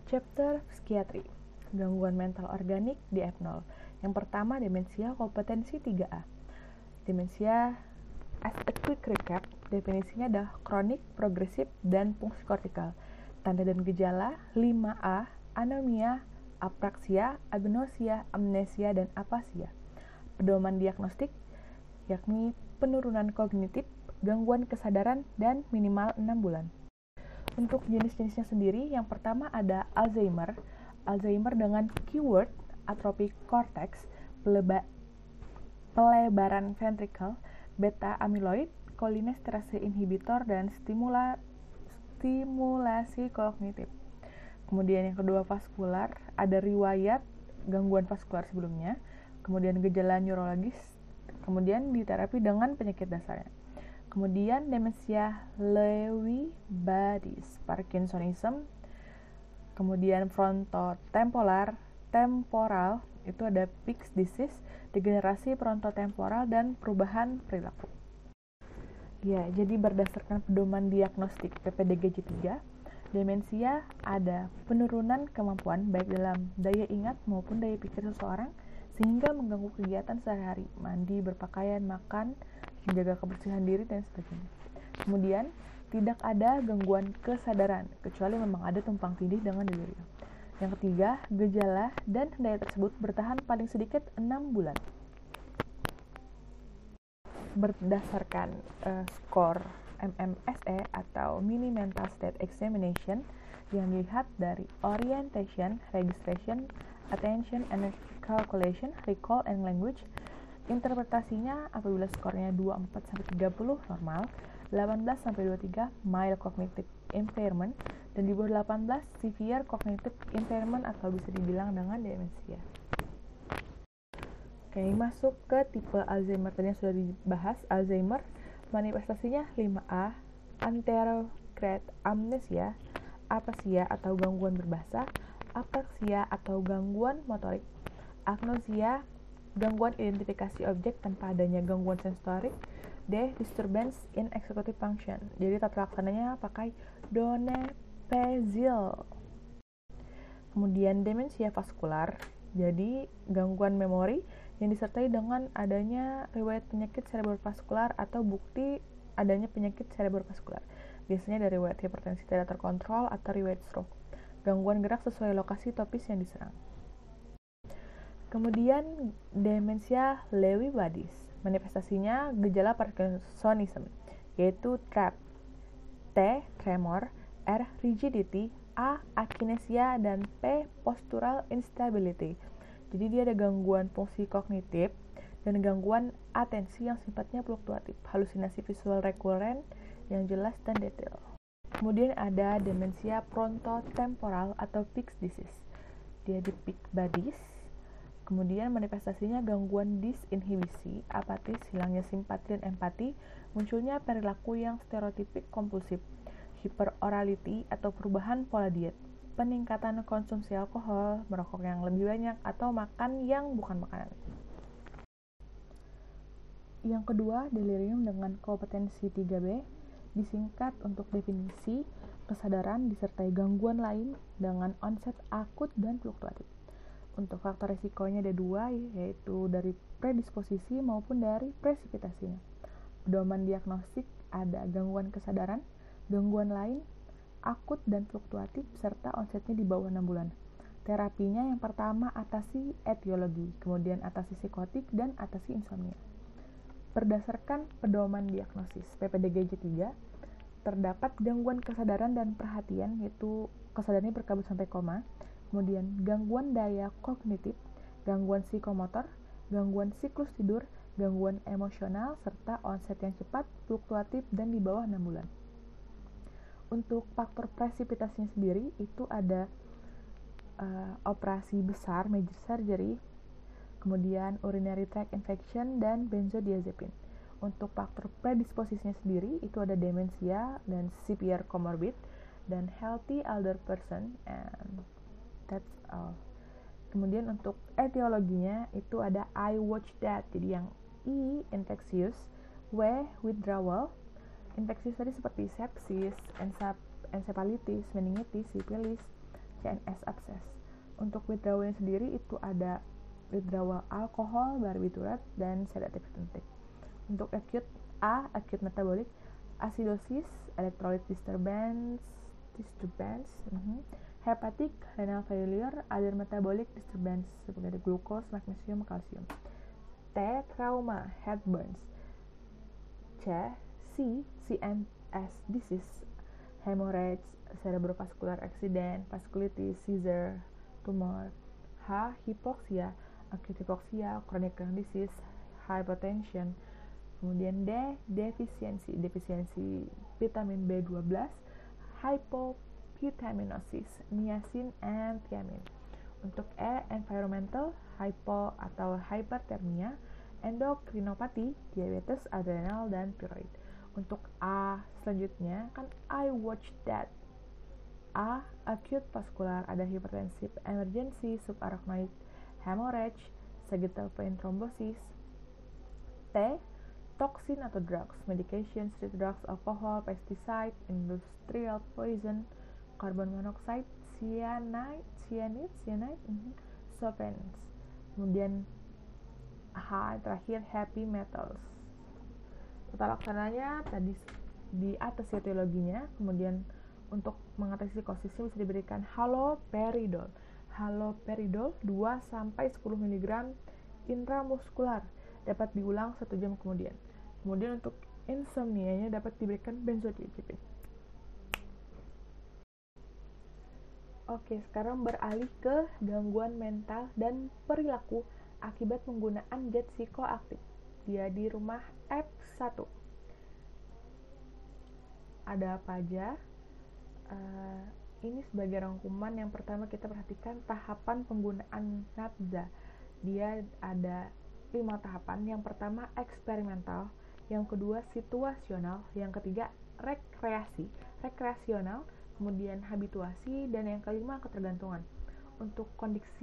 Chapter Psikiatri, gangguan mental organik di F0. Yang pertama, demensia kompetensi 3A. Demensia, as a quick recap, definisinya adalah kronik, progresif, dan fungsi kortikal. Tanda dan gejala 5A, anomia, apraksia, agnosia, amnesia, dan apasia. Pedoman diagnostik, yakni penurunan kognitif, gangguan kesadaran, dan minimal 6 bulan. Untuk jenis-jenisnya sendiri, yang pertama ada Alzheimer. Alzheimer dengan keyword atrophic cortex, pelebaran ventricle, beta amyloid, cholinesterase inhibitor, dan stimulasi kognitif. Kemudian yang kedua vaskular, ada riwayat gangguan vaskular sebelumnya, kemudian gejala neurologis, kemudian diterapi dengan penyakit dasarnya. Kemudian demensia Lewy Bodies, Parkinsonism, kemudian frontotemporal, itu ada Pick's disease, degenerasi frontotemporal, dan perubahan perilaku. Ya, jadi berdasarkan pedoman diagnostik PPDGJ 3, demensia ada penurunan kemampuan baik dalam daya ingat maupun daya pikir seseorang sehingga mengganggu kegiatan sehari-hari, mandi, berpakaian, makan, menjaga kebersihan diri, dan sebagainya. Kemudian, tidak ada gangguan kesadaran, kecuali memang ada tumpang tindih dengan delirium. Yang ketiga, gejala dan daya tersebut bertahan paling sedikit 6 bulan. Berdasarkan skor MMSE atau Mini Mental State Examination yang dilihat dari orientation, registration, attention and calculation, recall and language, interpretasinya apabila skornya 24-30 normal, 18-23 mild cognitive impairment, dan di bawah 18 severe cognitive impairment atau bisa dibilang dengan demensia. Oke, masuk ke tipe Alzheimer. Tadi yang sudah dibahas, Alzheimer manifestasinya 5A, anterograde amnesia, apasia atau gangguan berbahasa, apraksia atau gangguan motorik, agnosia, gangguan identifikasi objek tanpa adanya gangguan sensorik, D. disturbance in executive function. Jadi tata laksananya pakai donepezil. Kemudian demensia vaskular, jadi gangguan memori yang disertai dengan adanya riwayat penyakit cerebrovaskular atau bukti adanya penyakit cerebrovaskular. Biasanya dari riwayat hipertensi tidak terkontrol atau riwayat stroke. Gangguan gerak sesuai lokasi topis yang diserang. Kemudian demensia Lewy Bodies, manifestasinya gejala Parkinsonism, yaitu TRAP, T. tremor, R. rigidity, A. akinesia, dan P. postural instability. Jadi dia ada gangguan fungsi kognitif dan gangguan atensi yang sifatnya fluktuatif, halusinasi visual rekuren yang jelas dan detail. Kemudian ada demensia frontotemporal atau Pick's disease. Dia di Pick Bodies. Kemudian manifestasinya gangguan disinhibisi, apatis, hilangnya simpati dan empati, munculnya perilaku yang stereotipik kompulsif, hyperorality atau perubahan pola diet, peningkatan konsumsi alkohol, merokok yang lebih banyak, atau makan yang bukan makanan. Yang kedua, delirium dengan kompetensi 3B, disingkat untuk definisi kesadaran disertai gangguan lain dengan onset akut dan fluktuatif. Untuk faktor resikonya ada 2, yaitu dari predisposisi maupun dari presipitasinya. Pedoman diagnostik ada gangguan kesadaran, gangguan lain, akut dan fluktuatif, serta onsetnya di bawah 6 bulan. Terapinya yang pertama atasi etiologi, kemudian atasi psikotik, dan atasi insomnia. Berdasarkan pedoman diagnosis PPDGJ 3, terdapat gangguan kesadaran dan perhatian, yaitu kesadarannya berkabut sampai koma, kemudian gangguan daya kognitif, gangguan psikomotor, gangguan siklus tidur, gangguan emosional, serta onset yang cepat, fluktuatif, dan di bawah 6 bulan. Untuk faktor presipitasinya sendiri, itu ada operasi besar, major surgery, kemudian urinary tract infection, dan benzodiazepine. Untuk faktor predisposisinya sendiri, itu ada demensia dan severe comorbid, dan healthy elder person, and that's all. Kemudian untuk etiologinya itu ada I watch that, jadi yang I infectious, W withdrawal. Infeksius tadi seperti sepsis, encephalitis, meningitis, sipilis, CNS abscess. Untuk withdrawal sendiri itu ada withdrawal alkohol, barbiturat, dan sedatif tertentu. Untuk acute acute metabolic acidosis, electrolyte disturbance, hepatic renal failure, other metabolic disturbance seperti glucose, magnesium, kalsium. T, trauma, head burns. C, CNS disease, hemorrhage, cerebrovascular accident, vasculitis, seizure, tumor. H, hypoxia, acute hypoxia, chronic lung disease, hypertension. Kemudian D, defisiensi vitamin B12, hypovitaminosis, niacin, and thiamine. Untuk E, environmental, hypo atau hyperthermia, endokrinopati, diabetes, adrenal, dan tiroid. Untuk A selanjutnya kan I watch that. A, acute vascular, ada hypertensive emergency, subarachnoid hemorrhage, sagittal vein thrombosis. T, toxin atau drugs, medication, street drugs, alcohol, pesticide, industrial poison, carbon monoxide, cyanide, solvents. Kemudian H terakhir heavy metals. Tata laksananya tadi di atas etiologinya. Kemudian untuk mengatasi psikosisnya bisa diberikan haloperidol 2-10 mg intramuskular, dapat diulang 1 jam kemudian. Kemudian untuk insomnianya dapat diberikan benzodiazepin. Oke, sekarang beralih ke gangguan mental dan perilaku akibat penggunaan zat psikoaktif. Dia di rumah F1. Ada apa aja? Ini sebagai rangkuman. Yang pertama kita perhatikan tahapan penggunaan nafza. Dia ada 5 tahapan. Yang pertama eksperimental, yang kedua situasional, yang ketiga rekreasional, kemudian habituasi, dan yang kelima ketergantungan. Untuk kondisi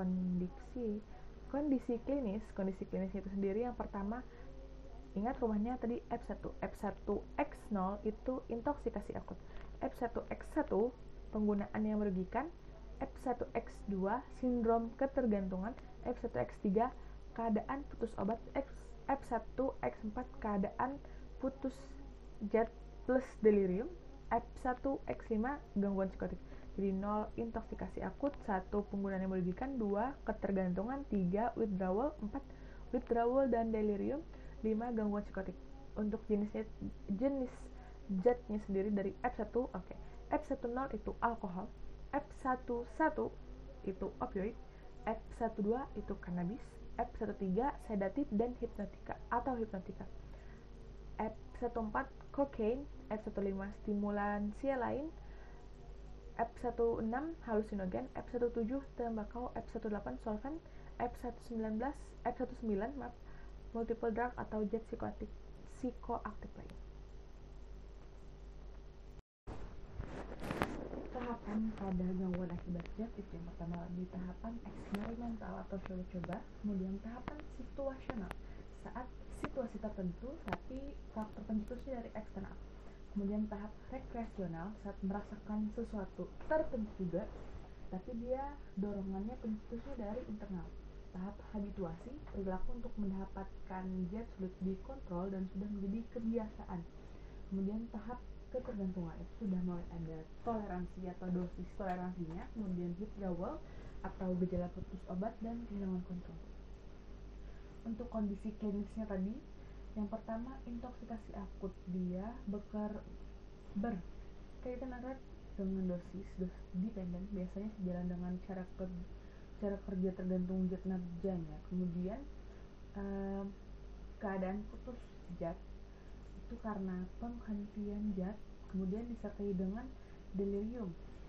klinis itu sendiri, yang pertama ingat rumahnya tadi F1X0 itu intoksikasi akut, F1X1 penggunaan yang merugikan, F1X2 sindrom ketergantungan, F1X3 keadaan putus obat, F1X4 keadaan putus zat plus delirium, F1X5 gangguan psikotik. Jadi 0 intoksikasi akut, 1 penggunaan yang merugikan, 2 ketergantungan, 3 withdrawal, 4 withdrawal dan delirium, 5 gangguan psikotik. Untuk jenis zatnya sendiri dari F1, F10 itu alkohol, F11 itu opioid, F12 itu cannabis, F13 sedatif dan hipnotika, F14 cocaine, F15 stimulansia lain, F16 halusinogen, F17 tembakau, F18 solvent, F19 multiple drug atau zat psikoaktif lain. Tahapan pada gangguan akibat zat itu yang pertama di tahapan eksperimental atau coba-coba, kemudian tahapan situasional saat situasi tertentu tapi faktor pencetusnya dari eksternal, kemudian tahap rekreasional saat merasakan sesuatu tertentu juga tapi dia dorongannya pencetusnya dari internal. Tahap habituasi, perilaku untuk mendapatkan zat sulit dikontrol dan sudah menjadi kebiasaan. Kemudian tahap ketergantungan, itu sudah mulai ada toleransi atau dosis toleransinya. Kemudian withdrawal atau gejala putus obat dan kehilangan kontrol. Untuk kondisi klinisnya tadi, yang pertama intoksikasi akut, dia berkaitan erat dengan dosis dependen, biasanya sejalan dengan cara kerja tergantung zat nafzanya. Kemudian keadaan putus zat itu karena penghentian zat, kemudian disertai dengan delirium,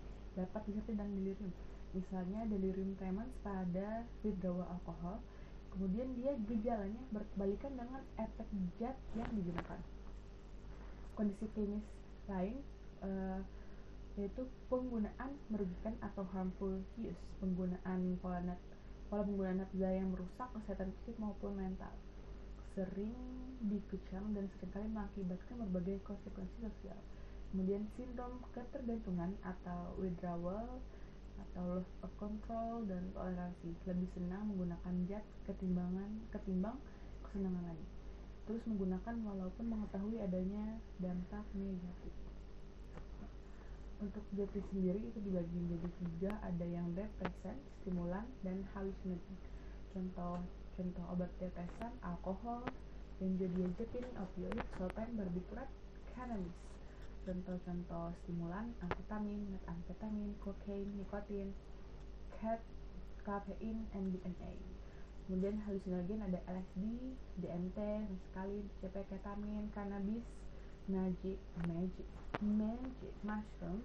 misalnya delirium tremens pada withdrawal alkohol. Kemudian dia gejalanya berkebalikan dengan efek zat yang digunakan. Kondisi klinis lain yaitu penggunaan merugikan atau harmful use, penggunaan pola penggunaan nafza yang merusak kesehatan fisik maupun mental, sering dikecam dan seringkali mengakibatkan berbagai konsekuensi sosial. Kemudian sindrom ketergantungan atau withdrawal atau loss of control dan toleransi, lebih senang menggunakan zat ketimbang kesenangan lain, terus menggunakan walaupun mengetahui adanya dampak negatif. Untuk depresi sendiri itu dibagi menjadi 3, ada yang depresan, stimulan, dan halusinogen. Contoh obat depresan: alkohol, benzodiazepin, opioid, solpen, barbiturat, cannabis. Contoh stimulan: amfetamin, metamfetamin, kokain, nikotin, kafein, MDMA. Kemudian halusinogen ada LSD, DMT, meskalin, ketamin, cannabis, magic mushroom,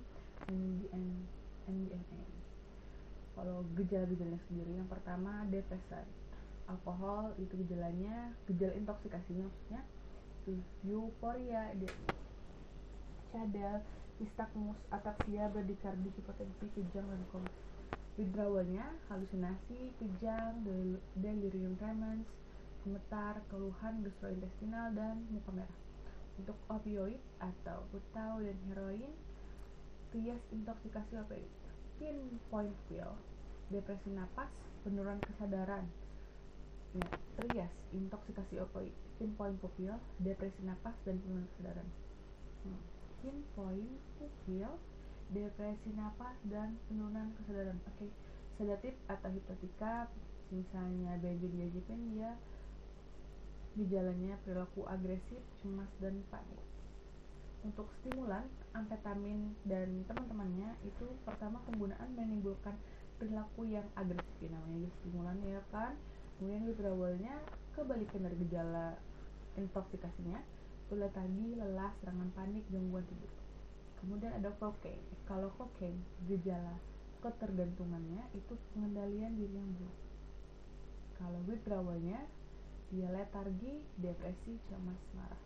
MDMA. Kalau gejala-gejala sendiri, yang pertama depresan. Alkohol itu gejala intoksikasinya maksudnya euforia, cadel, nistagmus, ataksia, bradikardi, hipotensi, kejang, dan koma. Withdrawalnya halusinasi, kejang, delirium tremens, gemetar, keluhan gastrointestinal, dan muka merah. Untuk opioid atau putau dan heroin, trias intoksikasi opioid, pinpoint pill, depresi napas, penurunan kesadaran. Ya, trias intoksikasi opioid, pinpoint pill, depresi napas, dan penurunan kesadaran. Pinpoint pill, depresi napas, dan penurunan kesadaran. Oke. Sedatif atau hipnotika, misalnya benzodiazepin, dia gejalanya perilaku agresif, cemas, dan panik. Untuk stimulan, amfetamin dan teman-temannya itu pertama penggunaan menimbulkan perilaku yang agresif, namanya stimulan ya kan. Kemudian withdrawalnya kebalikan dari gejala intoksikasinya, itu lethargi, lelah, serangan panik, gangguan tidur. Kemudian ada kokain. Kalau kokain, gejala ketergantungannya itu pengendalian diri yang buruk. Kalau withdrawalnya dia letargi, depresi, cemas, marah.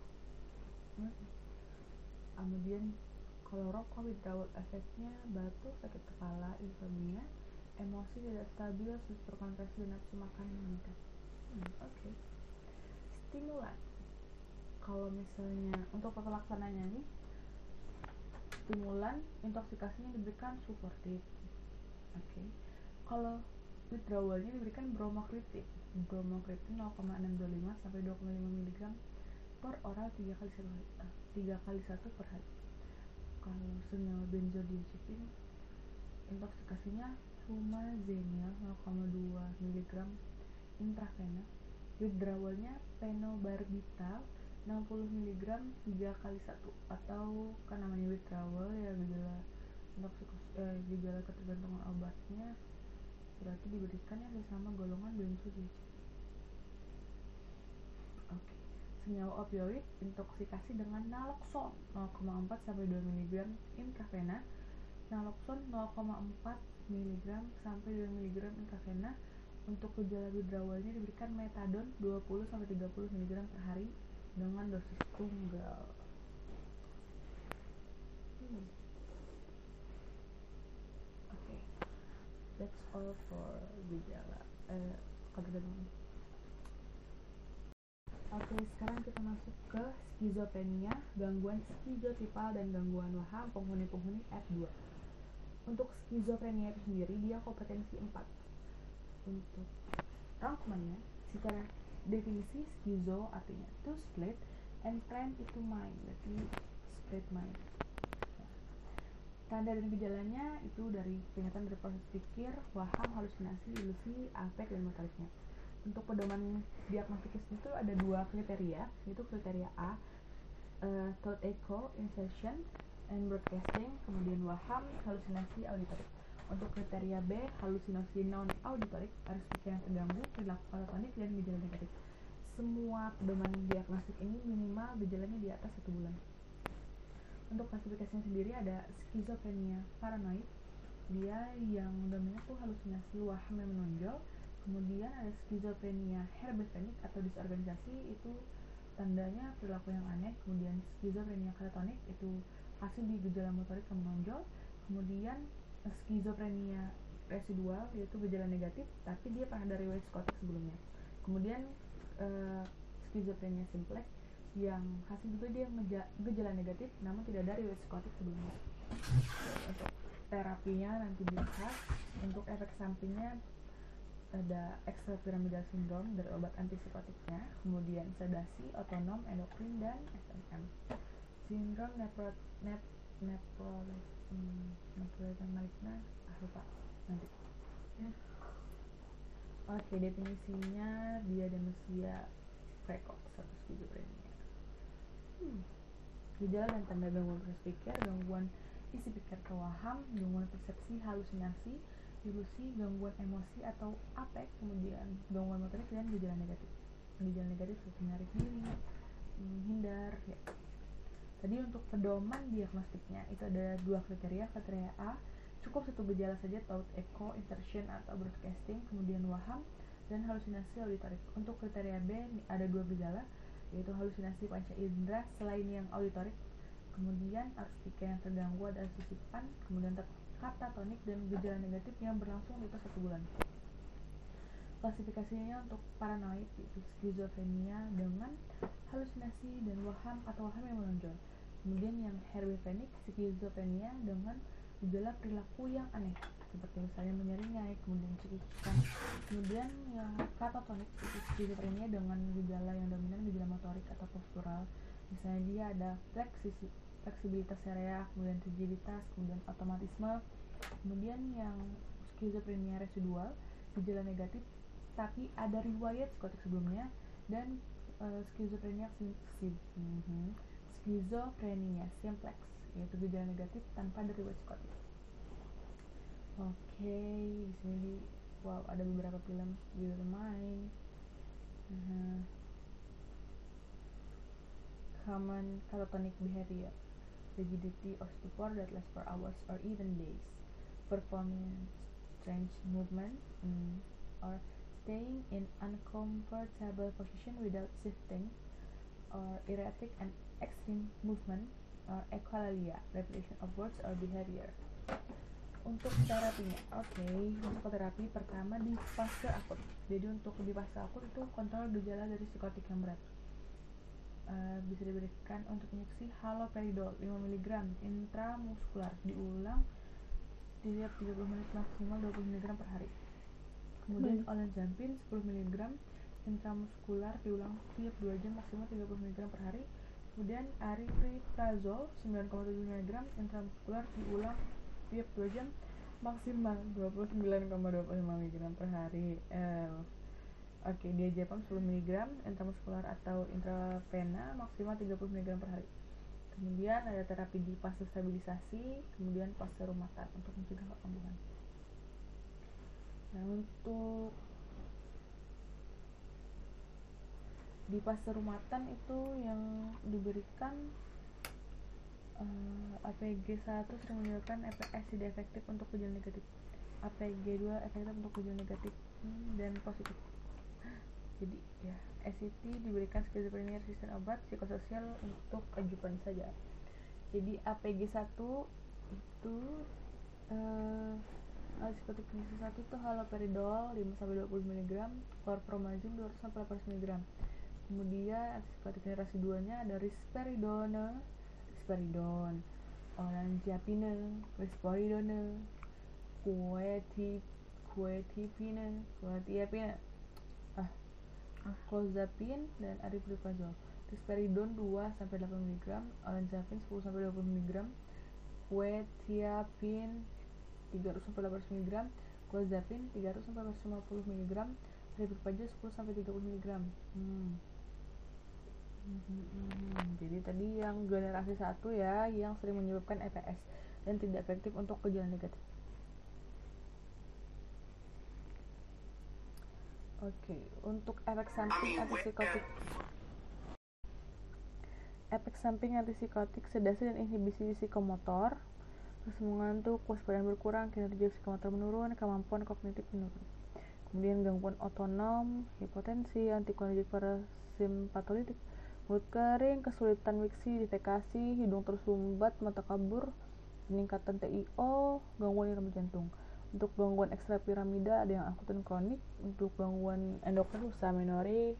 Kemudian kalau rokok, withdrawal efeknya batuk, sakit kepala, insomnia, emosi tidak stabil, sulit konsentrasi, dan nafsu makan meningkat. Oke. Stimulan. Kalau misalnya untuk pelaksananya nih, stimulan intoksikasinya diberikan suportif. Oke. Kalau withdrawalnya diberikan bromokriptin 0,625 sampai 2,5 mg per oral 3 kali 1 per hari. Kalau senyawa benzodiazepin intoksikasinya cuma zenil 0,2 mg intravena. Withdrawalnya phenobarbital 60 mg 3 kali 1, atau kan namanya withdrawal ya, gejala ketergantungan obatnya berarti diberikan yang sesama golongan benzodiazepin. Oke. Senyawa opioid intoksikasi dengan naloxone 0,4 sampai 2 mg intravena. Naloxone 0,4 mg sampai 2 mg intravena. Untuk gejala withdrawalnya diberikan metadon 20 sampai 30 mg per hari dengan dosis tunggal. Oke. That's all for gejala ketergantungan. Oke, sekarang kita masuk ke skizofrenia, gangguan skizotipal, dan gangguan waham penghuni F2. Untuk skizofrenia itu sendiri, dia kompetensi 4. Untuk rangkumannya, secara definisi, skizo artinya to split, and friend itu mind, berarti split mind. Tanda dan gejalanya itu dari peringatan dari proses pikir, waham, halusinasi, ilusi, afek, dan motoriknya. Untuk pedoman diagnostis itu ada 2 kriteria, yaitu kriteria A, thought echo, insertion, and broadcasting, kemudian waham, halusinasi, auditorik. Untuk kriteria B, halusinasi non-auditorik, harus pikiran terganggu, perilaku katatonik, dan gejala negatif. Semua pedoman diagnostik ini minimal gejalanya di atas 1 bulan. Untuk klasifikasinya sendiri ada skizofrenia paranoid, dia yang dominan tuh halusinasi, waham yang menonjol. Kemudian ada skizofrenia herbetonic atau disorganisasi, itu tandanya perilaku yang aneh. Kemudian skizofrenia katatonik, itu hasil di gejala motorik yang menonjol. Kemudian skizofrenia residual, yaitu gejala negatif tapi dia pernah ada riwayat psikotik sebelumnya. Kemudian skizofrenia simplex, yang hasil juga dia gejala negatif namun tidak ada riwayat psikotik sebelumnya. Untuk terapinya nanti dibahas. Untuk efek sampingnya ada extrapyramidal syndrome dari obat antipsikotiknya, kemudian sedasi, otonom, endokrin, dan SNM. Sindrom nephroleptic maligna, lupa nanti. Oke, definisinya dia demensia precox atau skizofrenia. Gejala dan tanda gangguan proses pikir, gangguan isi pikir atau waham, gangguan persepsi, halusinasi, ilusi, gangguan emosi atau apek, kemudian gangguan motorik dan gejala negatif. Gejala negatif seperti menarik diri, menghindar, ya. Tadi untuk pedoman diagnostiknya itu ada 2 kriteria. Kriteria A, cukup 1 gejala saja, thought echo, inversion atau broadcasting, kemudian waham dan halusinasi auditorik. Untuk kriteria B ada 2 gejala, yaitu halusinasi panca indera selain yang auditorik, kemudian akustika yang terganggu ada sisipan, kemudian katatonik, dan gejala negatif yang berlangsung di atas 1 bulan. Klasifikasinya untuk paranoid yaitu skizofrenia dengan halusinasi dan waham atau waham yang menonjol. Kemudian yang herbipenic, skizofrenia dengan gejala perilaku yang aneh seperti misalnya menyeringai, kemudian cekikikan. Kemudian yang katatonik itu skizofrenia dengan gejala yang dominan gejala motorik atau postural, misalnya dia ada fleksibilitas area, kemudian rigiditas, kemudian otomatisme. Kemudian yang skizofrenia residual, gejala negatif tapi ada riwayat psikotik sebelumnya, dan skizofrenia simplex yaitu gejala negatif tanpa ada riwayat psikotik. Oke, di sini ada beberapa film bermain. Common catatonic behavior: rigidity or stupor that lasts for hours or even days, performing strange movement, or staying in uncomfortable position without shifting, or erratic and extreme movement, or echolalia, repetition of words or behavior. Untuk terapinya, untuk terapi pertama di fase akut. Jadi untuk di fase akut itu kontrol gejala dari psikotik yang berat. Bisa diberikan untuk injeksi haloperidol 5 mg intramuskular, diulang tiap 30 menit, maksimal 20 mg per hari. Kemudian olanzapine 10 mg intramuskular, diulang tiap 2 jam, maksimal 30 mg per hari. Kemudian aripiprazol 9,7 mg intramuskular, diulang tiap 2 jam, maksimal 29,25 mg per hari. Diazepam 10 mg intramuskular atau intravena, maksimal 30 mg per hari. Kemudian ada terapi di fase stabilisasi, kemudian fase rumatan untuk mencegah kekambuhan. Nah, untuk di fase rumatan itu yang diberikan APG 1 sering menyebabkan EPS tidak efektif untuk gejala negatif, APG 2 efektif untuk gejala negatif dan positif. Jadi ya, SCT diberikan skizofrenia resisten obat psikososial untuk ajukan saja. Jadi APG 1 itu psikotik jenis 1 itu haloperidol 5-20 mg, chlorpromazine 200-800 mg. Kemudian antipsikotik generasi 2-nya ada risperidone, olanzapine, risperidone, quetiapine, clozapine, dan aripiprazol. Risperidone 2-8 mg, olanzapine 10-20 mg, quetiapine 300-800 mg, clozapine 300-450 mg, aripiprazol 10-30 mg. Jadi tadi yang generasi 1 ya, yang sering menyebabkan EPS dan tidak efektif untuk gejala negatif. Untuk efek samping antipsikotik. Efek samping antipsikotik sedasi dan inhibisi psikomotor, terus mengantuk, kewaspadaan berkurang, kinerja psikomotor menurun, kemampuan kognitif menurun. Kemudian gangguan otonom, hipotensi, antikolinik parasimpatolitik, mulut kering, kesulitan miksi, defekasi, hidung tersumbat, mata kabur, peningkatan TIO, gangguan irama jantung. Untuk gangguan ekstrapiramida ada yang akut dan kronik. Untuk gangguan endokrin usaha amenorrhea,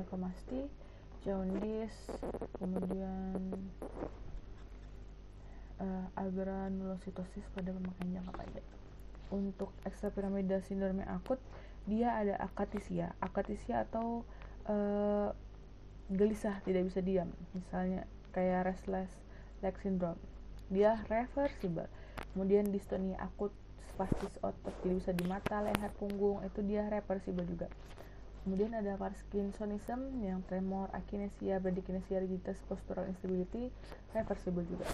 ginekomasti, jaundice, kemudian agranulositosis pada pemakaian jangka panjang. Untuk ekstrapiramidal sindrom yang akut, dia ada akatisia atau gelisah, tidak bisa diam, misalnya kayak restless leg syndrome, dia reversible. Kemudian distonia akut spastis otot, jadi bisa di mata, leher, punggung, itu dia reversible juga. Kemudian ada Parkinsonism yang tremor, akinesia, bradykinesia, rigiditas, postural instability, reversible juga.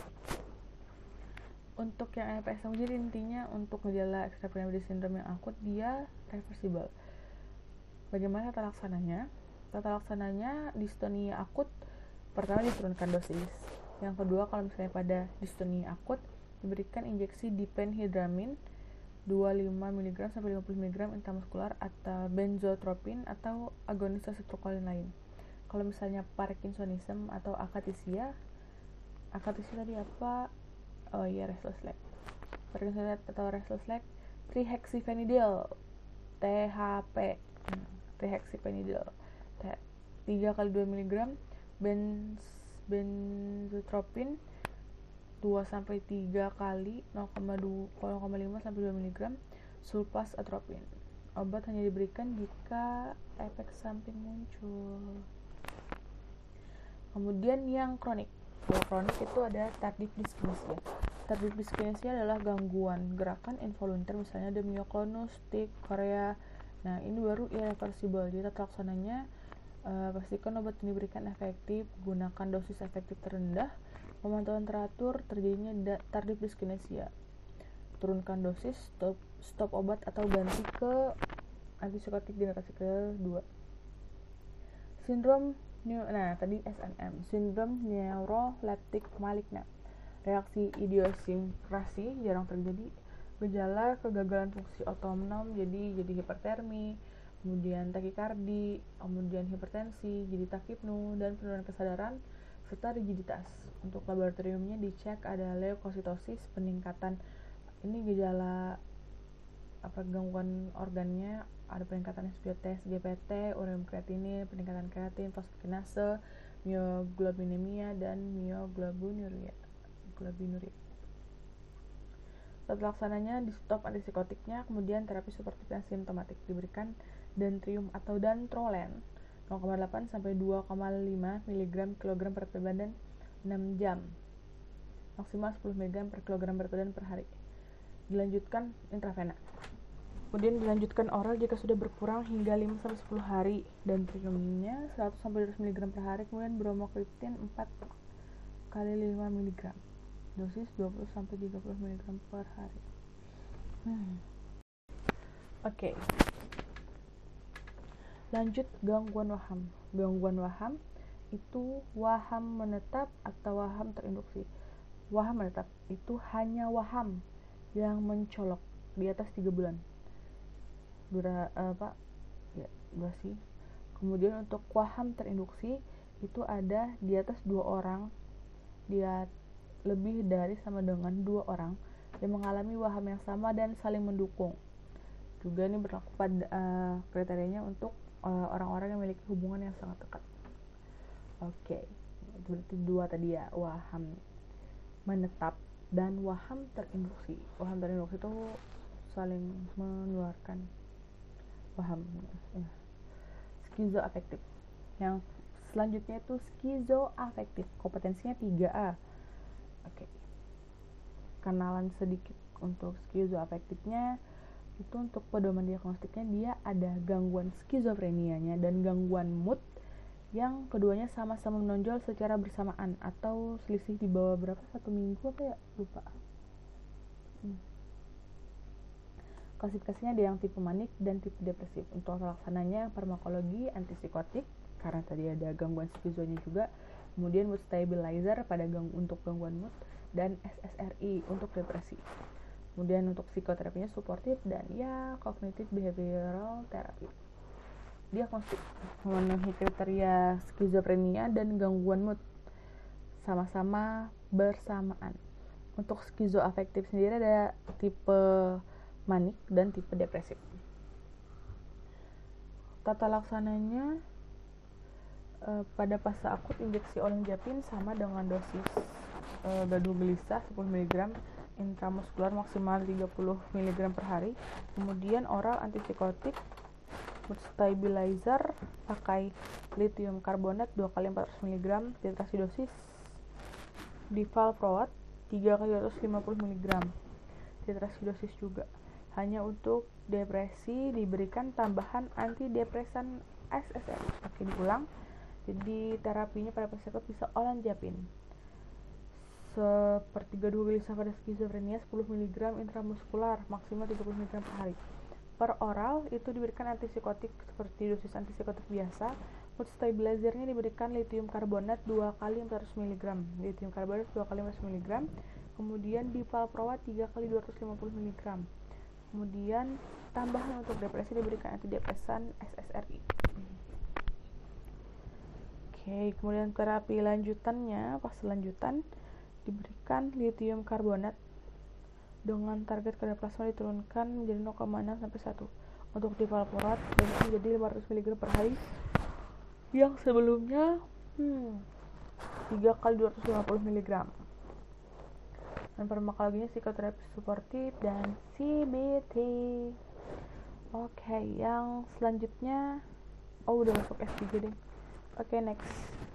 Untuk yang EPS, jadi intinya untuk gejala extrapyramidal syndrome yang akut dia reversible. Bagaimana tata laksananya? Tata laksananya distonia akut, pertama diturunkan dosis. Yang kedua, kalau misalnya pada distonia akut diberikan injeksi diphenhydramin 25 mg sampai 50 mg intramuskular atau benzotropin atau agonis asetilkolin lain. Kalau misalnya Parkinsonism atau akatisia tadi apa? Oh iya, restless leg. Parkinsonism atau restless leg, trihexyphenidyl THP, trihexyphenidyl 3 kali 2 mg, benzotropin 2 sampai 3 kali 0,5 sampai 2 mg, sulfas atropin. Obat hanya diberikan jika efek samping muncul. Kemudian yang kronik. Kalau kronik itu ada tardive dyskinesia. Tardive dyskinesia adalah gangguan gerakan involunter, misalnya ada myoklonus, tic, chorea. Nah, ini baru irreversible. Jadi tata laksananya pastikan obat yang diberikan efektif, gunakan dosis efektif terendah, pemantauan teratur terjadinya tardive dyskinesia. Turunkan dosis, stop obat atau ganti ke antipsikotik generasi kedua. Sindrom tadi SNM, sindrom neuroleptik maligna. Reaksi idiosinkrasi jarang terjadi. Gejala kegagalan fungsi otonom, jadi hipertermi, kemudian takikardi, kemudian hipertensi, jadi takipnu, dan penurunan kesadaran serta rigiditas. Untuk laboratoriumnya dicek ada leukositosis, peningkatan ini gejala gangguan organnya, ada peningkatan SPOT, GPT, ureum kreatinin, peningkatan kreatin, fosfokinase, myoglobinemia, dan myoglobinuria. Tata laksananya di stop antipsikotiknya, kemudian terapi suportif yang simptomatik diberikan dantrium atau dantrolen 0,8 sampai 2,5 mg kilogram per badan 6 jam, maksimal 10 mg per kilogram berat badan per hari. Dilanjutkan intravena. Kemudian dilanjutkan oral jika sudah berkurang hingga 5 sampai 10 hari, dan triumnya 100 sampai 200 mg per hari. Kemudian bromokriptin 4 kali 5 mg. Dosis 20 sampai 30 mg per hari. Oke. Lanjut gangguan waham. Gangguan waham itu waham menetap atau waham terinduksi. Waham menetap itu hanya waham yang mencolok di atas 3 bulan durasi. Kemudian untuk waham terinduksi itu ada di atas 2 orang, dia lebih dari sama dengan 2 orang yang mengalami waham yang sama dan saling mendukung. Juga ini berlaku pada kriterianya untuk orang-orang yang memiliki hubungan yang sangat dekat. Oke, berarti 2 tadi ya, waham menetap dan waham terinduksi. Waham terinduksi itu saling menularkan waham. Skizoafektif. Yang selanjutnya itu skizoafektif, kompetensinya 3A. Oke. Kenalan sedikit untuk skizoafektifnya itu, untuk pedoman diagnostiknya dia ada gangguan skizofrenianya dan gangguan mood yang keduanya sama-sama menonjol secara bersamaan atau selisih di bawah berapa, 1 minggu apa ya, lupa. Klasifikasinya ada yang tipe manik dan tipe depresif. Untuk laksananya farmakologi antipsikotik karena tadi ada gangguan skizonya juga, kemudian mood stabilizer untuk gangguan mood, dan SSRI untuk depresi. Kemudian untuk psikoterapinya suportif dan cognitive behavioral therapy. Diagnostik memenuhi kriteria skizofrenia dan gangguan mood sama-sama bersamaan. Untuk skizoafektif sendiri ada tipe manik dan tipe depresif. Tata laksananya pada fase akut injeksi olanzapin sama dengan dosis gaduh gelisah 10 mg, intramuskular maksimal 30 mg per hari. Kemudian oral antipsikotik mood stabilizer pakai lithium karbonat 2 kali 400 mg tetrasidosis, divalproat 3 kali 250 mg tetrasidosis juga. Hanya untuk depresi diberikan tambahan antidepresan SSRI. Oke, diulang. Jadi terapinya pada pasien bisa olanzapine. Sepertiga gaduh gelisah pada skizofrenia 10 mg intramuskular maksimal 30 mg per hari. Per oral itu diberikan antipsikotik seperti dosis antipsikotik biasa. Mood stabilizernya diberikan lithium karbonat 2 kali 400 mg. Lithium karbonat 2 kali 400 mg. Kemudian divalproat 3 kali 250 mg. Kemudian tambahan untuk depresi diberikan antidepresan SSRI. Oke, kemudian terapi lanjutannya, fase lanjutan diberikan lithium karbonat dengan target kadar plasma diturunkan menjadi 0,6 sampai 1. Untuk divalproat dosisnya menjadi 500 mg per hari yang sebelumnya 3 kali 250 mg. Dan farmakologinya psikoterapi suportif dan CBT. Oke, yang selanjutnya udah masuk F3 deh. Oke, next.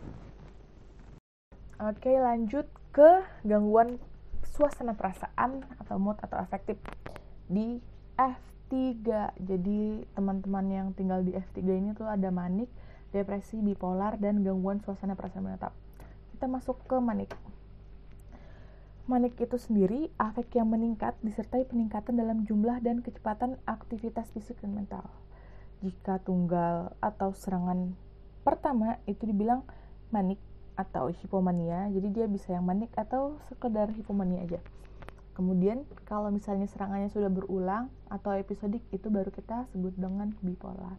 Oke, lanjut ke gangguan suasana perasaan atau mood atau afektif di F3. Jadi teman-teman yang tinggal di F3 ini tuh ada manik, depresi, bipolar, dan gangguan suasana perasaan menetap. Kita masuk ke manik. Manik itu sendiri afek yang meningkat disertai peningkatan dalam jumlah dan kecepatan aktivitas fisik dan mental. Jika tunggal atau serangan pertama itu dibilang manik atau hipomania, jadi dia bisa yang manik atau sekedar hipomania aja. Kemudian kalau misalnya serangannya sudah berulang atau episodik, itu baru kita sebut dengan bipolar.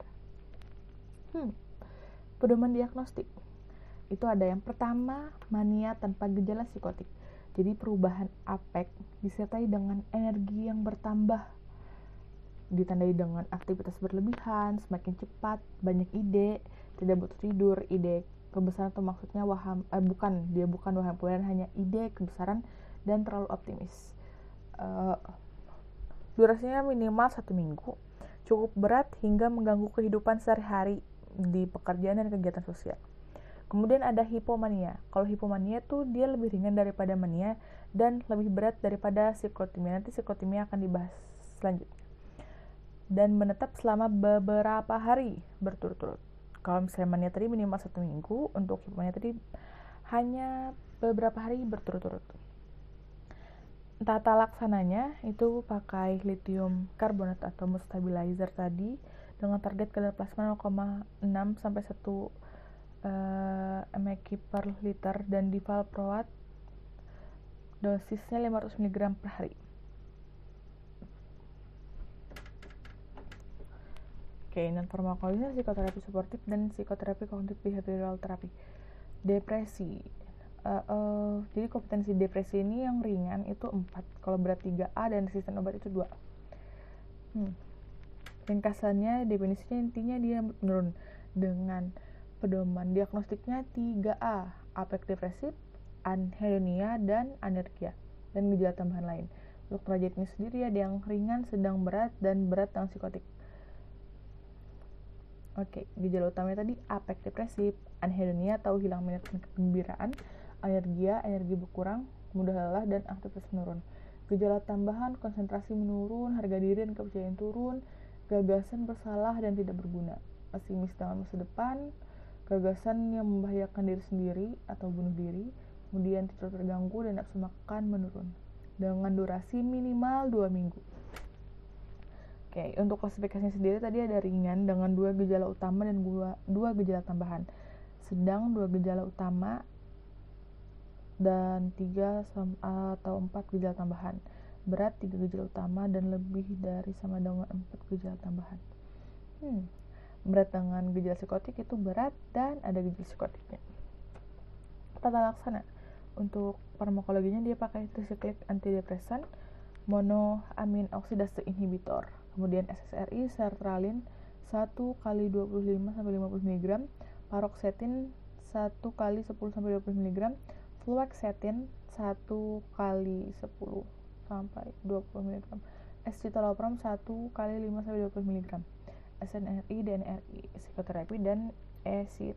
Pedoman diagnostik itu ada yang pertama, mania tanpa gejala psikotik. Jadi perubahan afek disertai dengan energi yang bertambah, ditandai dengan aktivitas berlebihan, semakin cepat, banyak ide, tidak butuh tidur, ide kebesaran atau maksudnya bukan waham kemudian hanya ide kebesaran dan terlalu optimis. Durasinya minimal 1 minggu, cukup berat hingga mengganggu kehidupan sehari-hari di pekerjaan dan kegiatan sosial. Kemudian ada hipomania. Kalau hipomania tuh dia lebih ringan daripada mania dan lebih berat daripada psikotimia. Nanti psikotimia akan dibahas selanjutnya. Dan menetap selama beberapa hari berturut-turut. Kalau misalnya mania tadi minimal 1 minggu, untuk hipomania tadi hanya beberapa hari berturut-turut. Tata laksananya itu pakai lithium karbonat atau mood stabilizer tadi dengan target kadar plasma 0,6 sampai 1 mg per liter dan divalproat dosisnya 500 mg per hari. Oke, non farmakologinya psikoterapi suportif dan psikoterapi kognitif behavioral terapi. Depresi. Jadi kompetensi depresi ini yang ringan itu 4, kalau berat 3A dan resisten obat itu 2. Ringkasannya, definisinya intinya dia menurun dengan pedoman diagnostiknya 3A, afek depresif, anhedonia, dan anergia, dan gejala tambahan lain. Untuk derajatnya sendiri ada yang ringan, sedang berat, dan berat dengan psikotik. Oke, gejala utamanya tadi afek depresif, anhedonia atau hilang minat dan kegembiraan, alergia, energi berkurang, mudah lelah, dan aktivitas menurun. Gejala tambahan, konsentrasi menurun, harga diri dan kepercayaan turun, gagasan bersalah dan tidak berguna, pesimis dengan masa depan, gagasan yang membahayakan diri sendiri atau bunuh diri, kemudian tidur terganggu dan nafsu makan menurun, dengan durasi minimal 2 minggu. Oke, untuk klasifikasinya sendiri tadi ada ringan dengan 2 gejala utama dan 2 gejala tambahan, sedang 2 gejala utama dan 3 atau 4 gejala tambahan, berat 3 gejala utama dan lebih dari sama dengan 4 gejala tambahan. Berat dengan gejala psikotik itu berat dan ada gejala psikotiknya. Tata laksana untuk farmakologinya dia pakai trisiklik antidepresan, monoamin oksidase inhibitor, kemudian SSRI, sertralin 1 kali 25 sampai 50 mg, paroxetin 1 kali 10 sampai 20 mg, fluoxetine 1 kali 10 sampai 20 mg, escitalopram 1 kali 5 sampai 20 mg, SNRI, DNRI, psikoterapi, dan ECT.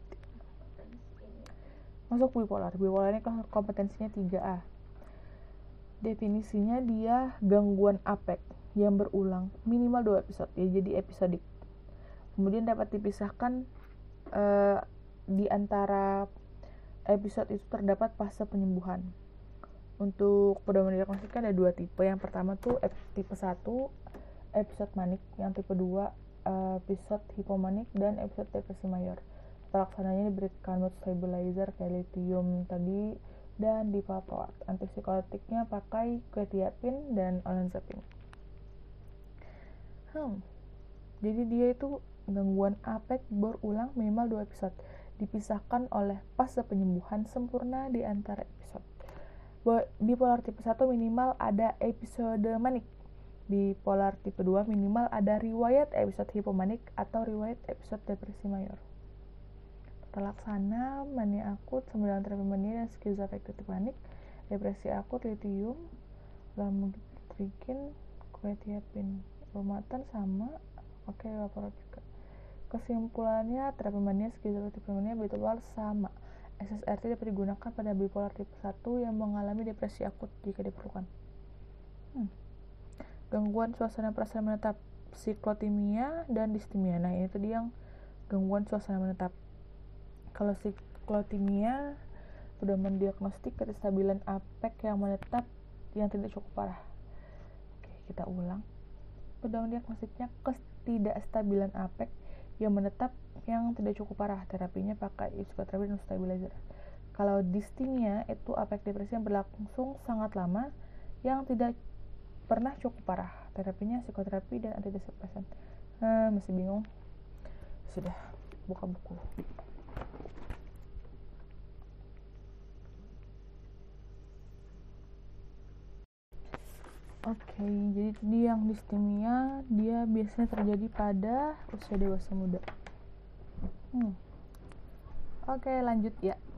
Masuk bipolar. Bipolar ini kompetensinya 3A. Definisinya dia gangguan afek yang berulang minimal 2 episode, ya jadi episodik. Kemudian dapat dipisahkan di antara episode itu terdapat fase penyembuhan. Untuk pedoman diagnostik ada 2 tipe. Yang pertama tuh tipe 1 episode manik, yang tipe 2 episode hipomanik dan episode depresi mayor. Pelaksananya diberikan mood stabilizer kayak lithium tadi dan divalproat. Antipsikotiknya pakai quetiapine dan olanzapine. Jadi dia itu gangguan afek berulang minimal 2 episode, dipisahkan oleh fase penyembuhan sempurna di antara episode. Bipolar tipe 1 minimal ada episode manik. Bipolar tipe 2 minimal ada riwayat episode hipomanik atau riwayat episode depresi mayor. Tata laksana mania akut, sembilan terapi mania dan skizoafektif panik, depresi akut, lithium, lamotrigine, quetiapine, obatan sama, oke, laporan juga. Kesimpulannya, terapi mania, skizoafektif mania, bipolar sama. SSRI dapat digunakan pada bipolar tipe 1 yang mengalami depresi akut jika diperlukan. Gangguan suasana perasaan menetap, siklotimia dan distimia. Nah, ini tadi yang gangguan suasana menetap. Kalau siklotimia sudah mendiagnostik ketidakstabilan afek yang menetap yang tidak cukup parah. Oke, kita ulang. Pedoman diagnostiknya ketidakstabilan afek yang menetap yang tidak cukup parah. Terapinya pakai psikoterapi dan stabilizer. Kalau distimia itu afek depresi yang berlangsung sangat lama yang tidak pernah cukup parah. Terapinya psikoterapi dan antidepresan. Masih bingung? Sudah, buka buku. Oke, jadi yang distimia dia biasanya terjadi pada usia dewasa muda. Oke, lanjut ya.